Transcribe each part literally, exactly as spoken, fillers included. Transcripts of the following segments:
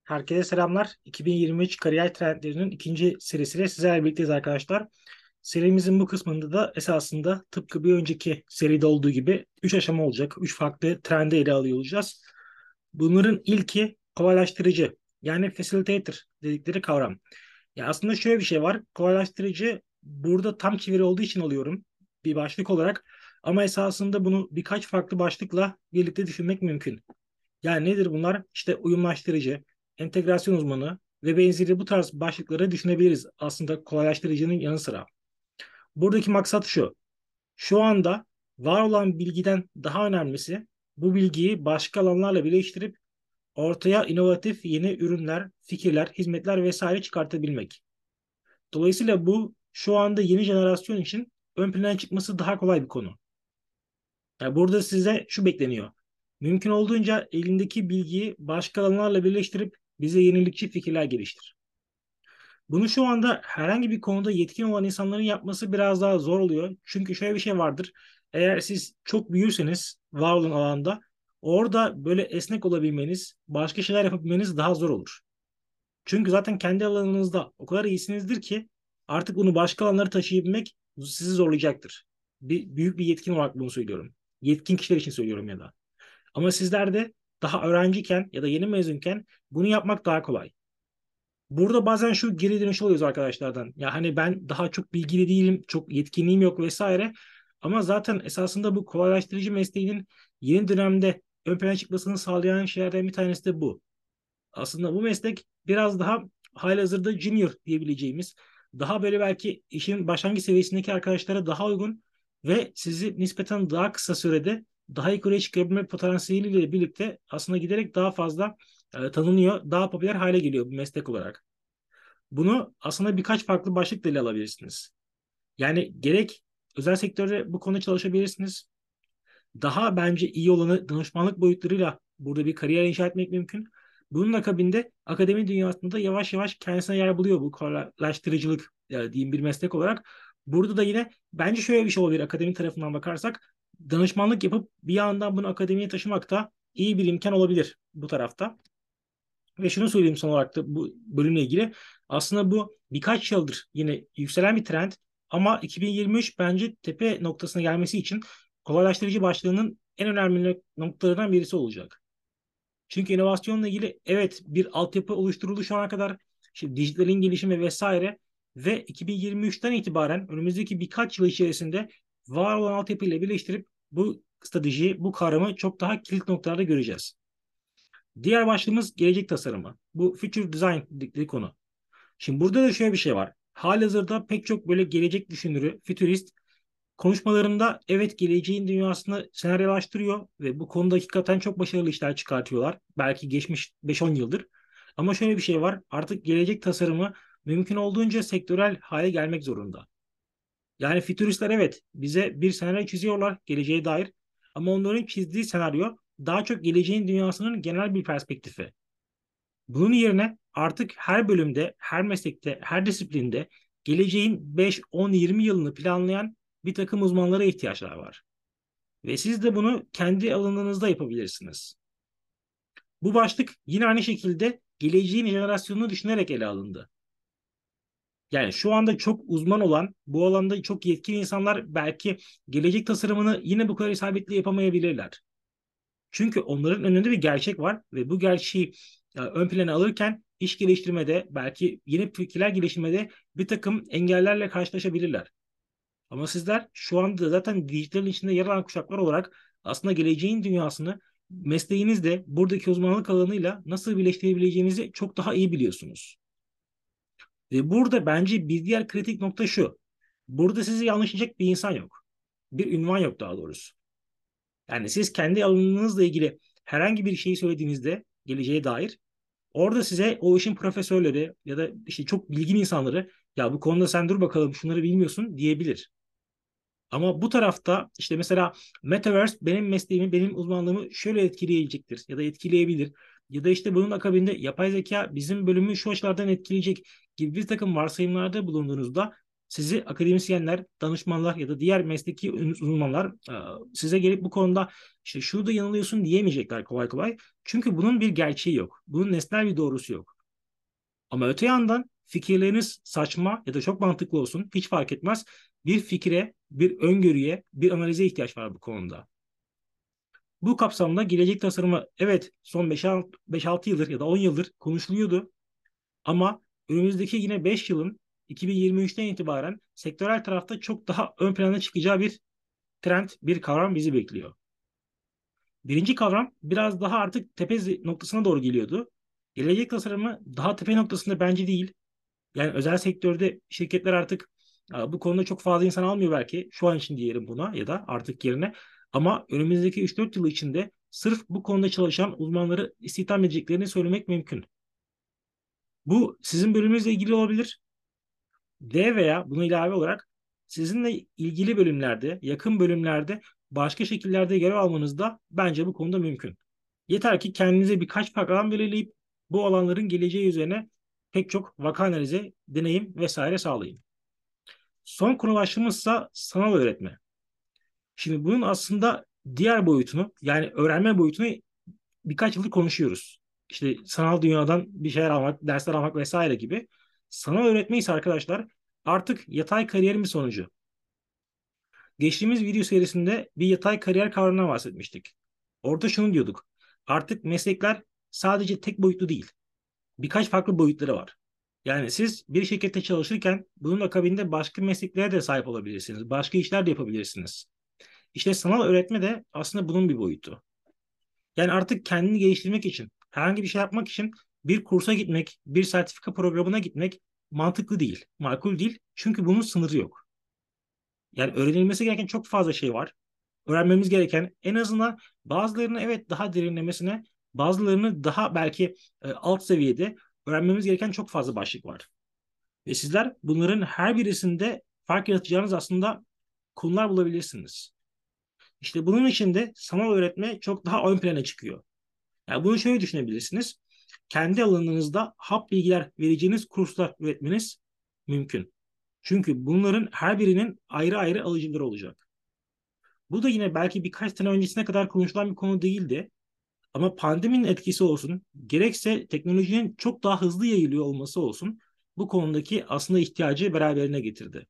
Herkese selamlar. iki bin yirmi üç Kariyer Trendlerinin ikinci serisiyle sizlerle birlikteyiz arkadaşlar. Serimizin bu kısmında da esasında tıpkı bir önceki seride olduğu gibi üç aşama olacak. üç farklı trendi ele alıyor olacağız. Bunların ilki kolaylaştırıcı, yani facilitator dedikleri kavram. Ya aslında şöyle bir şey var. Kolaylaştırıcı burada tam çeviri olduğu için alıyorum bir başlık olarak. Ama esasında bunu birkaç farklı başlıkla birlikte düşünmek mümkün. Yani nedir bunlar? İşte uyumlaştırıcı, entegrasyon uzmanı ve benzeri bu tarz başlıkları düşünebiliriz aslında kolaylaştırıcının yanı sıra. Buradaki maksat şu. Şu anda var olan bilgiden daha önemlisi bu bilgiyi başka alanlarla birleştirip ortaya inovatif yeni ürünler, fikirler, hizmetler vesaire çıkartabilmek. Dolayısıyla bu şu anda yeni jenerasyon için ön plana çıkması daha kolay bir konu. Yani burada size şu bekleniyor. Mümkün olduğunca elindeki bilgiyi başka alanlarla birleştirip bize yenilikçi fikirler geliştir. Bunu şu anda herhangi bir konuda yetkin olan insanların yapması biraz daha zor oluyor. Çünkü şöyle bir şey vardır. Eğer siz çok büyürseniz var olan alanda orada böyle esnek olabilmeniz, başka şeyler yapabilmeniz daha zor olur. Çünkü zaten kendi alanınızda o kadar iyisinizdir ki artık bunu başka alanlara taşıyabilmek sizi zorlayacaktır. Bir, büyük bir yetkin olarak bunu söylüyorum. Yetkin kişiler için söylüyorum ya da. Ama sizlerde daha öğrenciyken ya da yeni mezunken bunu yapmak daha kolay. Burada bazen şu geri dönüş oluyoruz arkadaşlardan. Ya hani ben daha çok bilgili değilim, çok yetkinliğim yok vesaire. Ama zaten esasında bu kolaylaştırıcı mesleğinin yeni dönemde ön plana çıkmasını sağlayan şeylerden bir tanesi de bu. Aslında bu meslek biraz daha halihazırda junior diyebileceğimiz, daha böyle belki işin başlangıç seviyesindeki arkadaşlara daha uygun ve sizi nispeten daha kısa sürede daha yukarıya çıkabilme potansiyeliyle birlikte aslında giderek daha fazla e, tanınıyor, daha popüler hale geliyor bu meslek olarak. Bunu aslında birkaç farklı başlıkla ele alabilirsiniz. Yani gerek özel sektörde bu konuda çalışabilirsiniz. Daha bence iyi olanı danışmanlık boyutlarıyla burada bir kariyer inşa etmek mümkün. Bunun akabinde akademi dünyasında yavaş yavaş kendisine yer buluyor bu kolaylaştırıcılık e, diyeyim bir meslek olarak. Burada da yine bence şöyle bir şey olabilir akademi tarafından bakarsak. Danışmanlık yapıp bir yandan bunu akademiye taşımak da iyi bir imkan olabilir bu tarafta. Ve şunu söyleyeyim son olarak da bu bölümle ilgili. Aslında bu birkaç yıldır yine yükselen bir trend ama iki bin yirmi üç bence tepe noktasına gelmesi için kolaylaştırıcı başlığının en önemli noktalarından birisi olacak. Çünkü inovasyonla ilgili evet bir altyapı oluşturuldu şu ana kadar. İşte dijitalin gelişimi vesaire ve iki bin yirmi üçten itibaren önümüzdeki birkaç yıl içerisinde var olan altyapıyla birleştirip bu stratejiyi, bu kavramı çok daha kilit noktalarda göreceğiz. Diğer başlığımız gelecek tasarımı. Bu future design dedikleri konu. Şimdi burada da şöyle bir şey var. Halihazırda pek çok böyle gelecek düşünürü, futurist konuşmalarında evet geleceğin dünyasını senaryolaştırıyor ve bu konuda hakikaten çok başarılı işler çıkartıyorlar. Belki geçmiş beş on yıldır. Ama şöyle bir şey var. Artık gelecek tasarımı mümkün olduğunca sektörel hale gelmek zorunda. Yani fütüristler evet bize bir senaryo çiziyorlar geleceğe dair. Ama onların çizdiği senaryo daha çok geleceğin dünyasının genel bir perspektifi. Bunun yerine artık her bölümde, her meslekte, her disiplinde geleceğin beş, on, yirmi yılını planlayan bir takım uzmanlara ihtiyaçlar var. Ve siz de bunu kendi alanınızda yapabilirsiniz. Bu başlık yine aynı şekilde geleceğin jenerasyonunu düşünerek ele alındı. Yani şu anda çok uzman olan, bu alanda çok yetkin insanlar belki gelecek tasarımını yine bu kadar isabetli yapamayabilirler. Çünkü onların önünde bir gerçek var ve bu gerçeği e, ön plana alırken iş geliştirmede belki yeni fikirler geliştirmede bir takım engellerle karşılaşabilirler. Ama sizler şu anda zaten dijitalin içinde yer alan kuşaklar olarak aslında geleceğin dünyasını mesleğinizde buradaki uzmanlık alanıyla nasıl birleştirebileceğinizi çok daha iyi biliyorsunuz. Ve burada bence bir diğer kritik nokta şu. Burada sizi yanlışlayacak bir insan yok. Bir ünvan yok daha doğrusu. Yani siz kendi alanınızla ilgili herhangi bir şeyi söylediğinizde geleceğe dair orada size o işin profesörleri ya da işte çok bilgin insanları ya bu konuda sen dur bakalım şunları bilmiyorsun diyebilir. Ama bu tarafta işte mesela Metaverse benim mesleğimi, benim uzmanlığımı şöyle etkileyecektir ya da etkileyebilir. Ya da işte bunun akabinde yapay zeka bizim bölümü şu açılardan etkileyecek gibi bir takım varsayımlarda bulunduğunuzda Sizi akademisyenler, danışmanlar ya da diğer mesleki uzmanlar e, size gelip bu konuda işte şurada yanılıyorsun diyemeyecekler kolay kolay. Çünkü bunun bir gerçeği yok. Bunun nesnel bir doğrusu yok. Ama öte yandan fikirleriniz saçma ya da çok mantıklı olsun hiç fark etmez. Bir fikre, bir öngörüye, bir analize ihtiyaç var bu konuda. Bu kapsamda gelecek tasarımı evet son beş altı yıldır ya da on yıldır konuşuluyordu. Ama önümüzdeki yine beş yılın iki bin yirmi üçten itibaren sektörel tarafta çok daha ön plana çıkacağı bir trend, bir kavram bizi bekliyor. Birinci kavram biraz daha artık tepe noktasına doğru geliyordu. Gelecek tasarımı daha tepe noktasında bence değil. Yani özel sektörde şirketler artık bu konuda çok fazla insan almıyor belki. Şu an için diyelim buna ya da artık yerine. Ama önümüzdeki üç dört yıl içinde sırf bu konuda çalışan uzmanları istihdam edeceklerini söylemek mümkün. Bu sizin bölümünüzle ilgili olabilir. D veya buna ilave olarak sizinle ilgili bölümlerde, yakın bölümlerde başka şekillerde görev almanız da bence bu konuda mümkün. Yeter ki kendinize birkaç farklı alan belirleyip bu alanların geleceği üzerine pek çok vaka analizi, deneyim vesaire sağlayın. Son konu başlığımızsa sanal öğretme. Şimdi bunun aslında diğer boyutunu yani öğrenme boyutunu birkaç yıldır konuşuyoruz. İşte sanal dünyadan bir şeyler almak, dersler almak vesaire gibi. Sanal öğretme ise arkadaşlar artık yatay kariyerin bir sonucu. Geçtiğimiz video serisinde bir yatay kariyer kavramına bahsetmiştik. Orada şunu diyorduk. Artık meslekler sadece tek boyutlu değil. Birkaç farklı boyutları var. Yani siz bir şirkette çalışırken bunun akabinde başka mesleklere de sahip olabilirsiniz. Başka işler de yapabilirsiniz. İşte sanal öğretme de aslında bunun bir boyutu. Yani artık kendini geliştirmek için, herhangi bir şey yapmak için bir kursa gitmek, bir sertifika programına gitmek mantıklı değil, makul değil. Çünkü bunun sınırı yok. Yani öğrenilmesi gereken çok fazla şey var. Öğrenmemiz gereken en azından bazılarını evet daha derinlemesine, bazılarını daha belki e, alt seviyede öğrenmemiz gereken çok fazla başlık var. Ve sizler bunların her birisinde fark yaratacağınız aslında konular bulabilirsiniz. İşte bunun için de sanal öğretme çok daha ön plana çıkıyor. Yani bunu şöyle düşünebilirsiniz. Kendi alanınızda hap bilgiler vereceğiniz kurslar üretmeniz mümkün. Çünkü bunların her birinin ayrı ayrı alıcıları olacak. Bu da yine belki birkaç sene öncesine kadar konuşulan bir konu değildi. Ama pandeminin etkisi olsun, gerekse teknolojinin çok daha hızlı yayılıyor olması olsun, bu konudaki aslında ihtiyacı beraberine getirdi.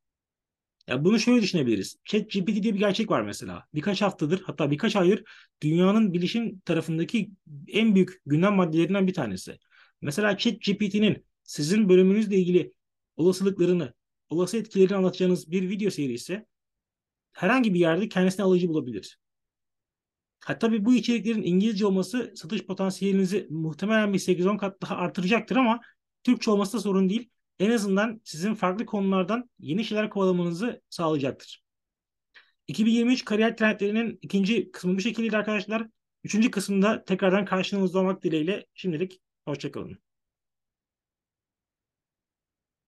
Ya bunu şöyle düşünebiliriz. ChatGPT diye bir gerçek var mesela. Birkaç haftadır hatta birkaç aydır dünyanın bilişim tarafındaki en büyük gündem maddelerinden bir tanesi. Mesela ChatGPT'nin sizin bölümünüzle ilgili olasılıklarını, olası etkilerini anlatacağınız bir video serisi herhangi bir yerde kendisine alıcı bulabilir. Ha, tabii bu içeriklerin İngilizce olması satış potansiyelinizi muhtemelen bir sekiz on kat daha artıracaktır ama Türkçe olması da sorun değil. En azından sizin farklı konulardan yeni şeyler kovalamanızı sağlayacaktır. iki bin yirmi üç kariyer trendlerinin ikinci kısmı bu şekildeydi arkadaşlar. Üçüncü kısımda tekrardan karşınızda olmak dileğiyle şimdilik hoşçakalın.